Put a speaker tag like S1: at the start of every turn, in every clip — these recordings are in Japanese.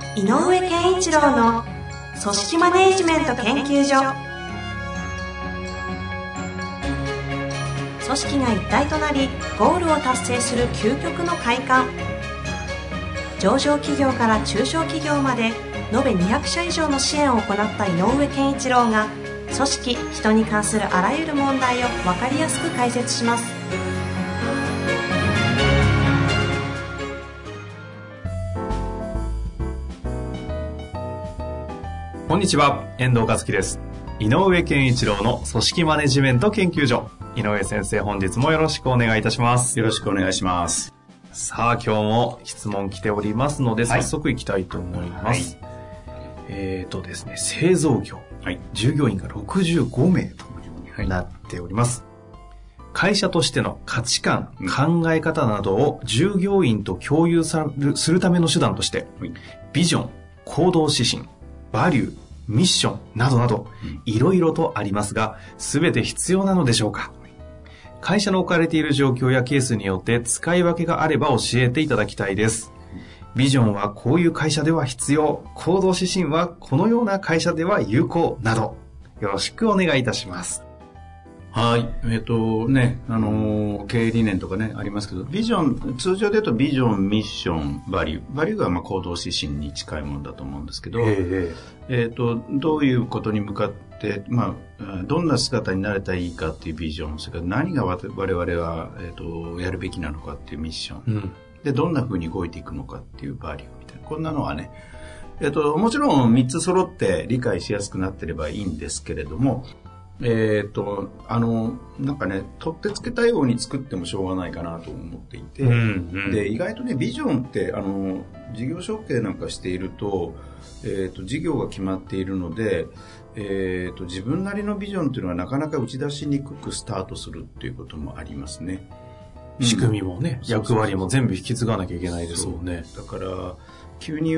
S1: 井上健一郎の組織マネジメント研究所。組織が一体となりゴールを達成する究極の快感。上場企業から中小企業まで延べ200社以上の支援を行った井上健一郎が、組織・人に関するあらゆる問題を分かりやすく解説します。
S2: こんにちは、遠藤和樹です。井上健一郎の組織マネジメント研究所。井上先生、本日もよろしくお願いいたします。
S3: よろしくお願いします。
S2: さあ、今日も質問来ておりますので、早速いきたいと思います。ですね、製造業、従業員が65名となっております。会社としての価値観、考え方などを従業員と共有するための手段として、ビジョン、行動指針、バリュー、ミッションなどなど、いろいろとありますが、すべて必要なのでしょうか？会社の置かれている状況やケースによって使い分けがあれば教えていただきたいです。ビジョンはこういう会社では必要、行動指針はこのような会社では有効など、よろしくお願いいたします。
S3: はい。経営理念とかね、ありますけど、ビジョン、通常で言うとビジョン、ミッション、バリュー。バリューが行動指針に近いものだと思うんですけど、どういうことに向かって、どんな姿になれたらいいかっていうビジョン、それから何が我々は、やるべきなのかっていうミッション。で、どんな風に動いていくのかっていうバリューみたいな。こんなのはね、もちろん3つ揃って理解しやすくなってればいいんですけれども、なんかね、取ってつけたように作ってもしょうがないかなと思っていて、で、意外とね、ビジョンって、事業承継なんかしていると、事業が決まっているので、自分なりのビジョンっていうのはなかなか打ち出しにくくスタートするっていうこともありますね。
S2: 仕組みもね、役割も全部引き継がなきゃいけないですもんね。
S3: だから、急に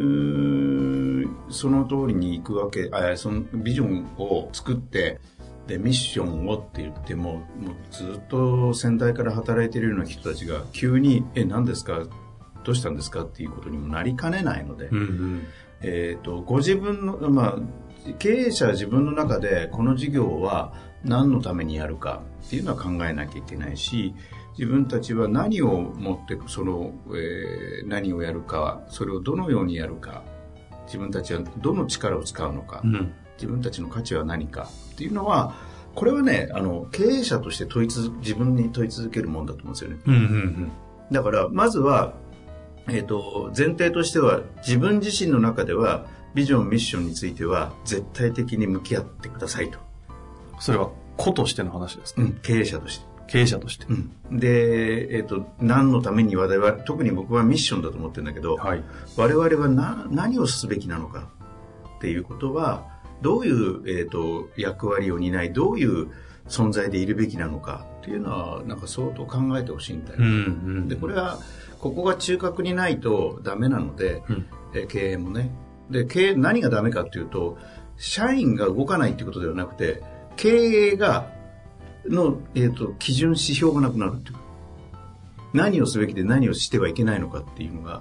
S3: その通りに行くわけ、そのビジョンを作ってでミッションをって言っても、もうずっと先代から働いているような人たちが急に何ですか、どうしたんですかっていうことにもなりかねないので、ご自分の、経営者は自分の中でこの事業は何のためにやるかっていうのは考えなきゃいけないし、自分たちは何を持って何をやるか、それをどのようにやるか、自分たちはどの力を使うのか、自分たちの価値は何かっていうのは、これはね、経営者として自分に問い続けるもんだと思うんですよね。だからまずは、前提としては自分自身の中ではビジョンミッションについては絶対的に向き合ってくださいと。
S2: それは個としての話ですか？
S3: 経営者として。
S2: 経営者として。
S3: で、何のために我々、特に僕はミッションだと思ってるんだけど、我々は何をすべきなのかっていうことは、どういう、役割を担い、どういう存在でいるべきなのかっていうのは、なんか相当考えてほしいんだよ。で、これは、ここが中核にないとダメなので、経営もね。で、経営、何がダメかっていうと、社員が動かないっていうことではなくて、経営の、基準指標がなくなるっていう。何をすべきで何をしてはいけないのかっていうのが、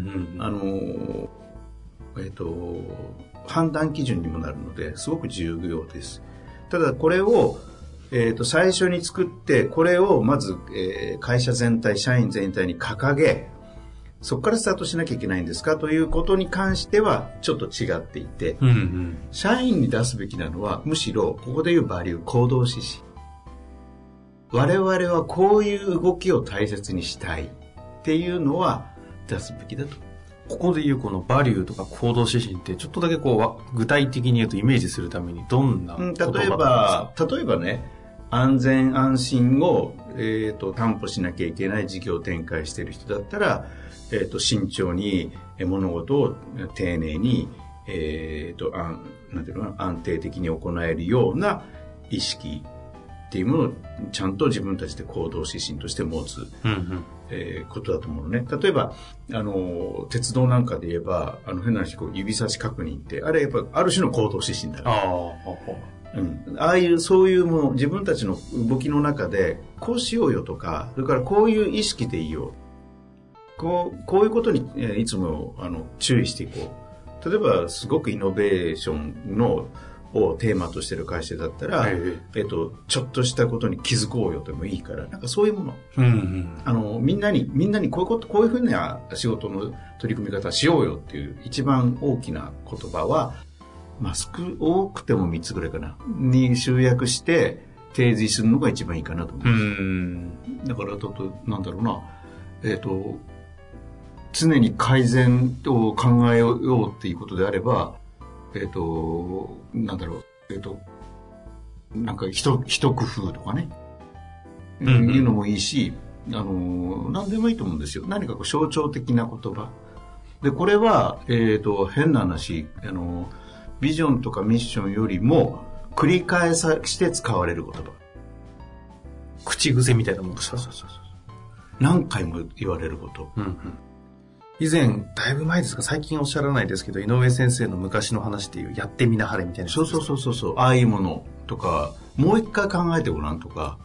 S3: 判断基準にもなるので、すごく重要です。ただ、これを、最初に作って、これをまず、会社全体、社員全体に掲げ、そこからスタートしなきゃいけないんですかということに関してはちょっと違っていて、社員に出すべきなのは、むしろ、ここでいうバリュー、行動指針。我々はこういう動きを大切にしたいっていうのは出すべきだと。
S2: ここでいうこのバリューとか行動指針ってちょっとだけ具体的に言うとイメージするためにどんな言葉なんですか？
S3: 例えばね、安全安心を、担保しなきゃいけない事業を展開している人だったら、慎重に物事を丁寧に、なんていうのかな、安定的に行えるような意識っていうものをちゃんと自分たちで行動指針として持つ、ことだと思うのね。例えば鉄道なんかで言えば変な話、指差し確認ってあれやっぱある種の行動指針だよ。そういうもの、自分たちの動きの中でこうしようよとか、それからこういう意識でいいよ、 こういうことにいつも注意していこう。例えばすごくイノベーションをテーマとしている会社だったら、ちょっとしたことに気づこうよでもいいから、なんかそういうもの、うんうん、みんなにこういうふうな仕事の取り組み方しようよっていう一番大きな言葉は、多くても3つぐらいかなに集約して提示するのが一番いいかなと思います。だからなんだろうな、常に改善を考えようっていうことであれば、なんだろう、なんか一工夫とかね、いうのもいいし、何でもいいと思うんですよ。何か象徴的な言葉で、これは変な話、ビジョンとかミッションよりも繰り返して使われる言葉、
S2: 口癖みたいなもんですか。
S3: そう何回も言われること、
S2: 以前だいぶ前ですか、最近おっしゃらないですけど、井上先生の昔の話っていうやってみなはれみたいな。
S3: そうああいうものとかもう一回考えてごらんとか、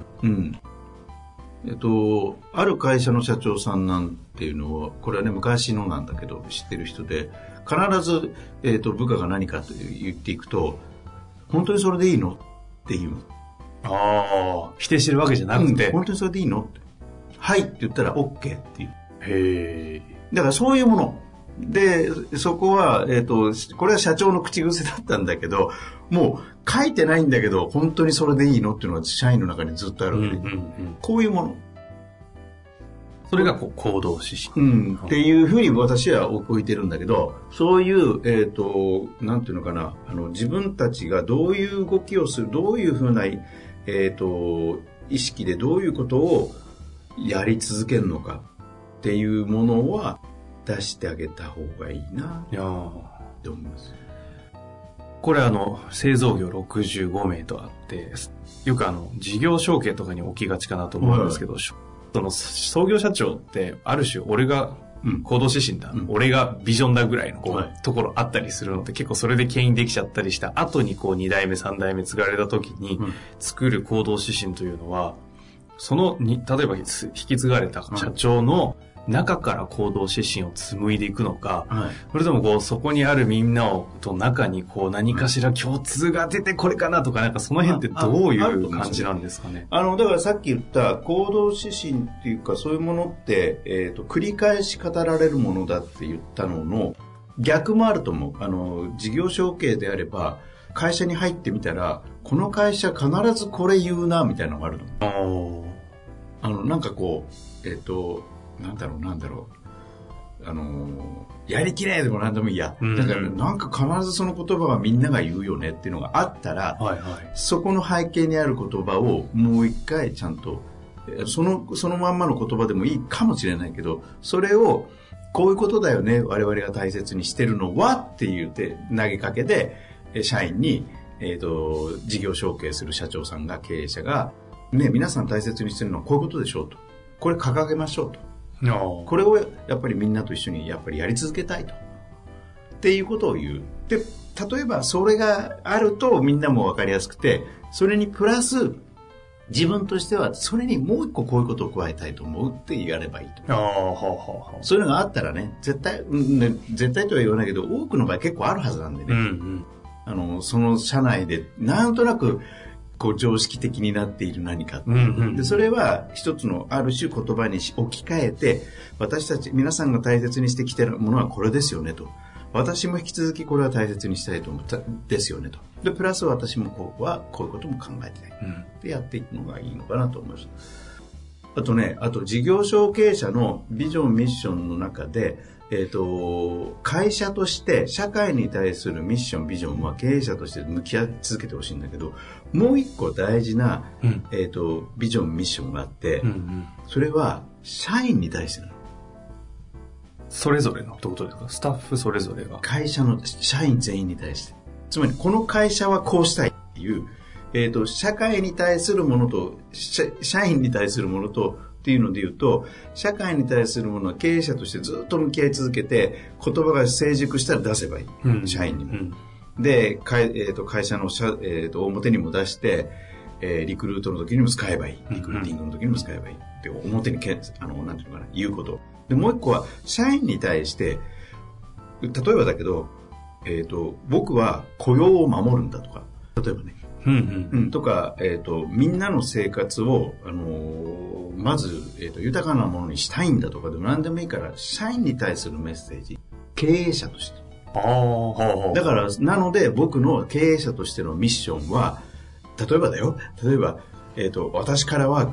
S3: ある会社の社長さんなんていうのは、これはね昔のなんだけど知ってる人で、必ず、部下が何かと言っていくと、本当にそれでいいのっていう。
S2: 否定してるわけじゃなくて、
S3: 本当にそれでいいのって、はいって言ったら OK っていう。
S2: へー。
S3: だからそういうもので、そこは、これは社長の口癖だったんだけど、もう書いてないんだけど本当にそれでいいのっていうのが社員の中にずっとあるわけで、こういうもの、
S2: それが行動指針、
S3: っていうふうに私は置いてるんだけど、そういう、なんていうのかな、自分たちがどういう動きをする、どういうふうな、意識でどういうことをやり続けるのかっていうものは出してあげた方がいいなと思います。
S2: これ製造業65名とあって、よく事業承継とかに置きがちかなと思うんですけど、その創業社長ってある種俺が行動指針だ、俺がビジョンだぐらいのところあったりするので、結構それで牽引できちゃったりした後に2代目3代目継がれた時に作る行動指針というのは、例えば引き継がれた社長の中から行動指針を紡いでいくのか、それともそこにあるみんなと中に何かしら共通が出てこれかなとか、なんかその辺ってどういう感じなんですかね。
S3: だからさっき言った行動指針っていうか、そういうものって、繰り返し語られるものだって言ったのの逆もあると思う。事業承継であれば、会社に入ってみたら、この会社必ずこれ言うなみたいなのがあると思う。なんかなんだろう、やりきれでもなんでもいいや、だからなんか必ずその言葉はみんなが言うよねっていうのがあったら、そこの背景にある言葉をもう一回ちゃんと、そのまんまの言葉でもいいかもしれないけど、それをこういうことだよね、我々が大切にしてるのはって言って投げかけで、社員に、事業承継する社長さんが、経営者がね、皆さん大切にしてるのはこういうことでしょうと、これ掲げましょうと、これをやっぱりみんなと一緒にやっぱりやり続けたいとっていうことを言う。で、例えばそれがあるとみんなも分かりやすくて、それにプラス自分としてはそれにもう一個こういうことを加えたいと思うってやればいいと。そういうのがあったらね、絶対とは言わないけど、多くの場合結構あるはずなんでね、その社内でなんとなく常識的になっている何か、でそれは一つのある種言葉に置き換えて、私たち皆さんが大切にしてきているものはこれですよねと、私も引き続きこれは大切にしたいと思ったですよねと、でプラス私もこういうことも考えてたい、でやっていくのがいいのかなと思います。あと事業承継者のビジョンミッションの中で、会社として社会に対するミッションビジョンは経営者として向き合い続けてほしいんだけど、もう一個大事な、ビジョンミッションがあって、それは社員に対してなの。
S2: それぞれのってことですか？スタッフそれぞれが、
S3: 会社の社員全員に対して、つまりこの会社はこうしたいっていう、社会に対するものと社員に対するものとっていうので言うと、社会に対するものは経営者としてずっと向き合い続けて、言葉が成熟したら出せばいい、社員にも、で、会社の表にも出して、リクルートの時にも使えばいい、リクルーティングの時にも使えばいいで、表になんていうのかな、言うことで、もう一個は、社員に対して、例えばだけど、僕は雇用を守るんだとか、例えばね、とか、みんなの生活を、まず、豊かなものにしたいんだとかでも何でもいいから、社員に対するメッセージ、経営者として。だから、なので僕の経営者としてのミッションは、例えば、私からは、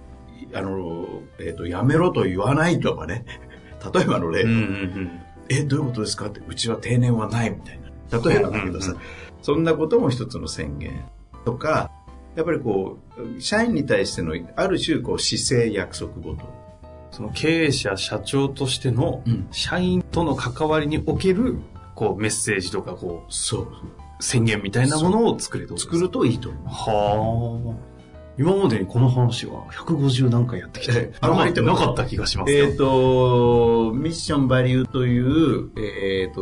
S3: やめろと言わないとかね。例えばの例、どういうことですかって、うちは定年はないみたいな。例えばだけどさ、そんなことも一つの宣言とか、やっぱりこう、社員に対してのある種こう姿勢約束ごと。
S2: その経営者、社長としての社員との関わりにおけるこうメッセージとかこう、
S3: そう
S2: 宣言みたいなものを作る
S3: といいと思う。
S2: 今までにこの話は150何回やってきて、なかった気がしますよ。
S3: ミッションバリューという、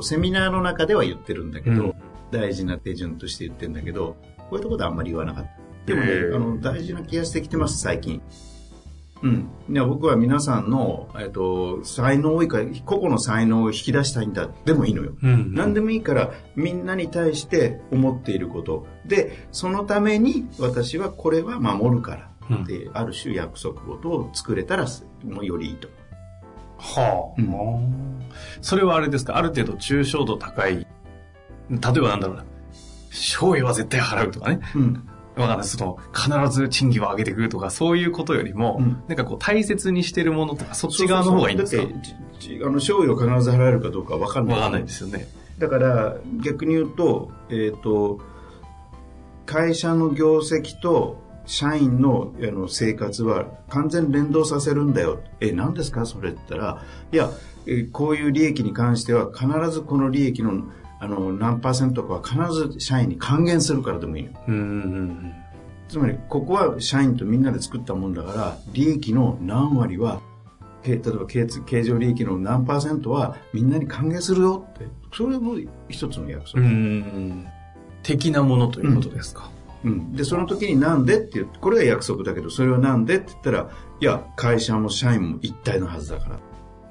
S3: セミナーの中では言ってるんだけど、大事な手順として言ってるんだけど、こういうところであんまり言わなかった。でもね、大事な気がしてきてます、最近。いや僕は皆さんの、才能多いから個々の才能を引き出したいんだでもいいのよ、何でもいいからみんなに対して思っていることで、そのために私はこれは守るからって、ある種約束事を作れたらもうよりいいと。
S2: それはあれですか、ある程度抽象度高い、例えばなんだろうな、賞与は絶対払うとかね、わかんない、必ず賃金を上げてくるとか、そういうことよりも、なんかこう大切にしてるものとか、そっち側の方がいいんですか？
S3: だって賞与を必ず払えるかどうかわかんない。
S2: わかんないですよね。
S3: だから逆に言うと、会社の業績と社員の生活は完全に連動させるんだよ。何ですかそれって言ったら、いや、こういう利益に関しては必ずこの利益の何%かは必ず社員に還元するからでもいいの。つまりここは社員とみんなで作ったもんだから、利益の何割は例えば経常利益の何%はみんなに還元するよって、それも一つの約束
S2: 的なものということですか。
S3: でその時になんでって言って、これが約束だけど、それはなんでって言ったら、いや会社も社員も一体のはずだから、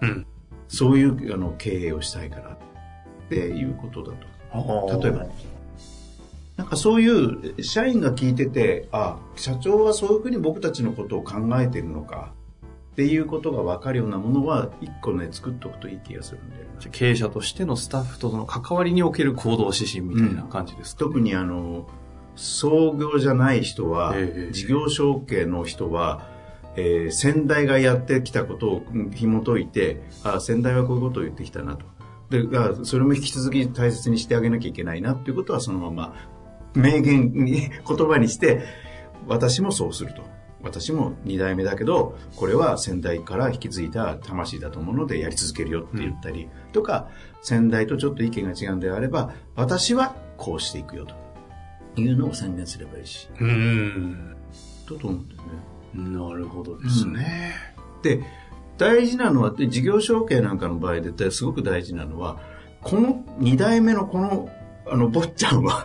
S3: そういう経営をしたいからっていうことだと。例えばなんかそういう社員が聞いてて、社長はそういうふうに僕たちのことを考えているのかっていうことが分かるようなものは一個ね作っておくといい気がするんで、
S2: 経営者としてのスタッフとの関わりにおける行動指針みたいな感じですか、ね。
S3: 特に創業じゃない人は、事業承継の人は、先代がやってきたことを紐解いて、先代はこういうことを言ってきたなと。で、それも引き続き大切にしてあげなきゃいけないなっていうことはそのまま名言に言葉にして、私もそうすると。私も2代目だけど、これは先代から引き継いだ魂だと思うのでやり続けるよって言ったり、とか、先代とちょっと意見が違うんであれば、私はこうしていくよというのを宣言すればいいし。と思うんだよね。
S2: なるほどですね。
S3: で、大事なのは、事業承継なんかの場合ですごく大事なのは、この2代目のこの坊ちゃんは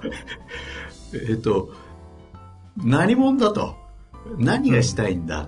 S3: 何者だと、何がしたいんだって、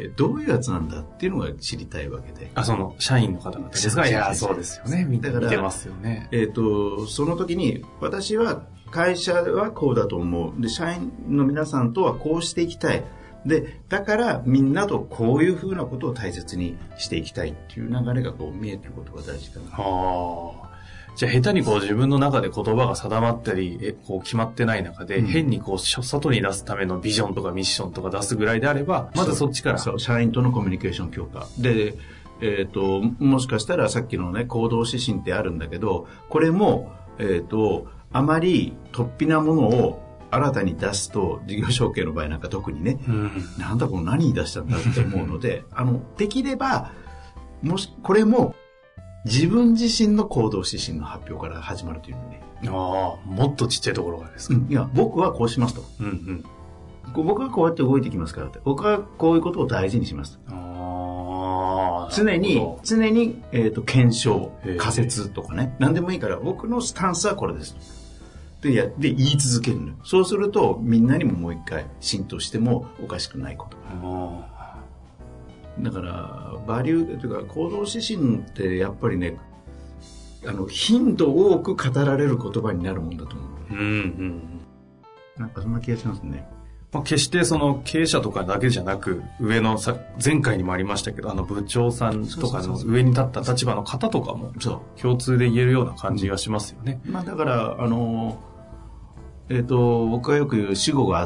S3: どういうやつなんだっていうのが知りたいわけで。
S2: その社員の方々ですか。いや、そうですよね。見てますよね。
S3: その時に私は会社はこうだと思う。で、社員の皆さんとはこうしていきたい。で、だからみんなとこういうふうなことを大切にしていきたいっていう流れがこう見えてることが大事かな。
S2: じゃあ下手にこう自分の中で言葉が定まったり、こう決まってない中で、変にこう外に出すためのビジョンとかミッションとか出すぐらいであれば、まずそっちから。
S3: そう、社員とのコミュニケーション強化。で、もしかしたらさっきのね、行動指針ってあるんだけど、これも、あまり突飛なものを新たに出すと、事業承継の場合なんか特にね、なんだこの何に出したんだって思うので、できれば、これも、自分自身の行動指針の発表から始まるというのね。
S2: もっとちっちゃいところがですか。
S3: いや、僕はこうしますと。僕はこうやって動いていきますからって。僕はこういうことを大事にしますと。常に、検証、仮説とかね。何でもいいから、僕のスタンスはこれですと。で、言い続けるの。そうすると、みんなにももう一回浸透してもおかしくないことが。 だからバリューというか行動指針ってやっぱりね、頻度多く語られる言葉になるもんだと思う。なんかそんな気がしますね。
S2: 決してその経営者とかだけじゃなく、上の前回にもありましたけど、部長さんとかの上に立った立場の方とかも共通で言えるような感じがしますよね。
S3: だから僕がよく言う主語があって、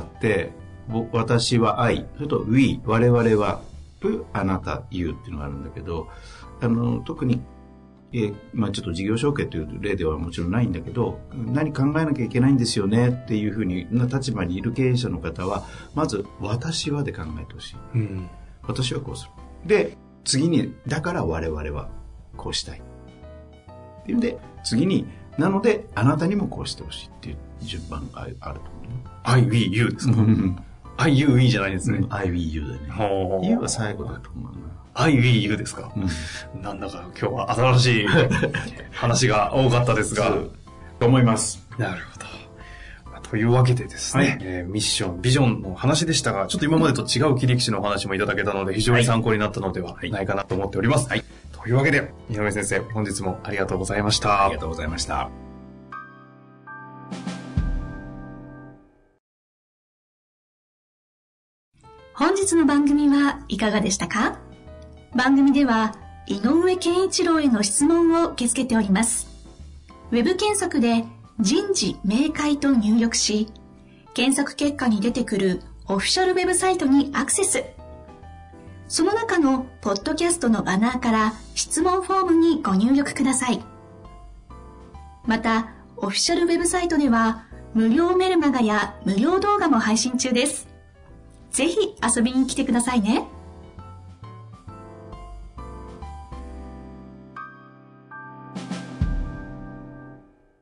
S3: 私は愛、それと we、我々は、あなた、you っていうのがあるんだけど、特にちょっと事業承継という例ではもちろんないんだけど、何考えなきゃいけないんですよねっていうふうな立場にいる経営者の方は、まず私はで考えてほしい、私はこうする。で次に、だから我々はこうしたいっていうんで、次に、なのであなたにもこうしてほしいっていう順番があると思う。
S2: I, we, you ですか。I, you, we じゃないですね。
S3: I, we, you だね。you は最後だと思うな。
S2: I, we, you ですか。なんだか今日は新しい話が多かったですが。
S3: と思います。
S2: なるほど。というわけでですね、ミッション、ビジョンの話でしたが、ちょっと今までと違う切り口のお話もいただけたので、非常に参考になったのではないかなと思っております。というわけで、井上先生、本日もありがとうございました。
S3: ありがとうございました。
S4: 本日の番組はいかがでしたか？番組では井上健一郎への質問を受け付けております。ウェブ検索で人事明快と入力し、検索結果に出てくるオフィシャルウェブサイトにアクセス。その中のポッドキャストのバナーから質問フォームにご入力ください。また、オフィシャルウェブサイトでは無料メルマガや無料動画も配信中です。ぜひ遊びに来てくださいね。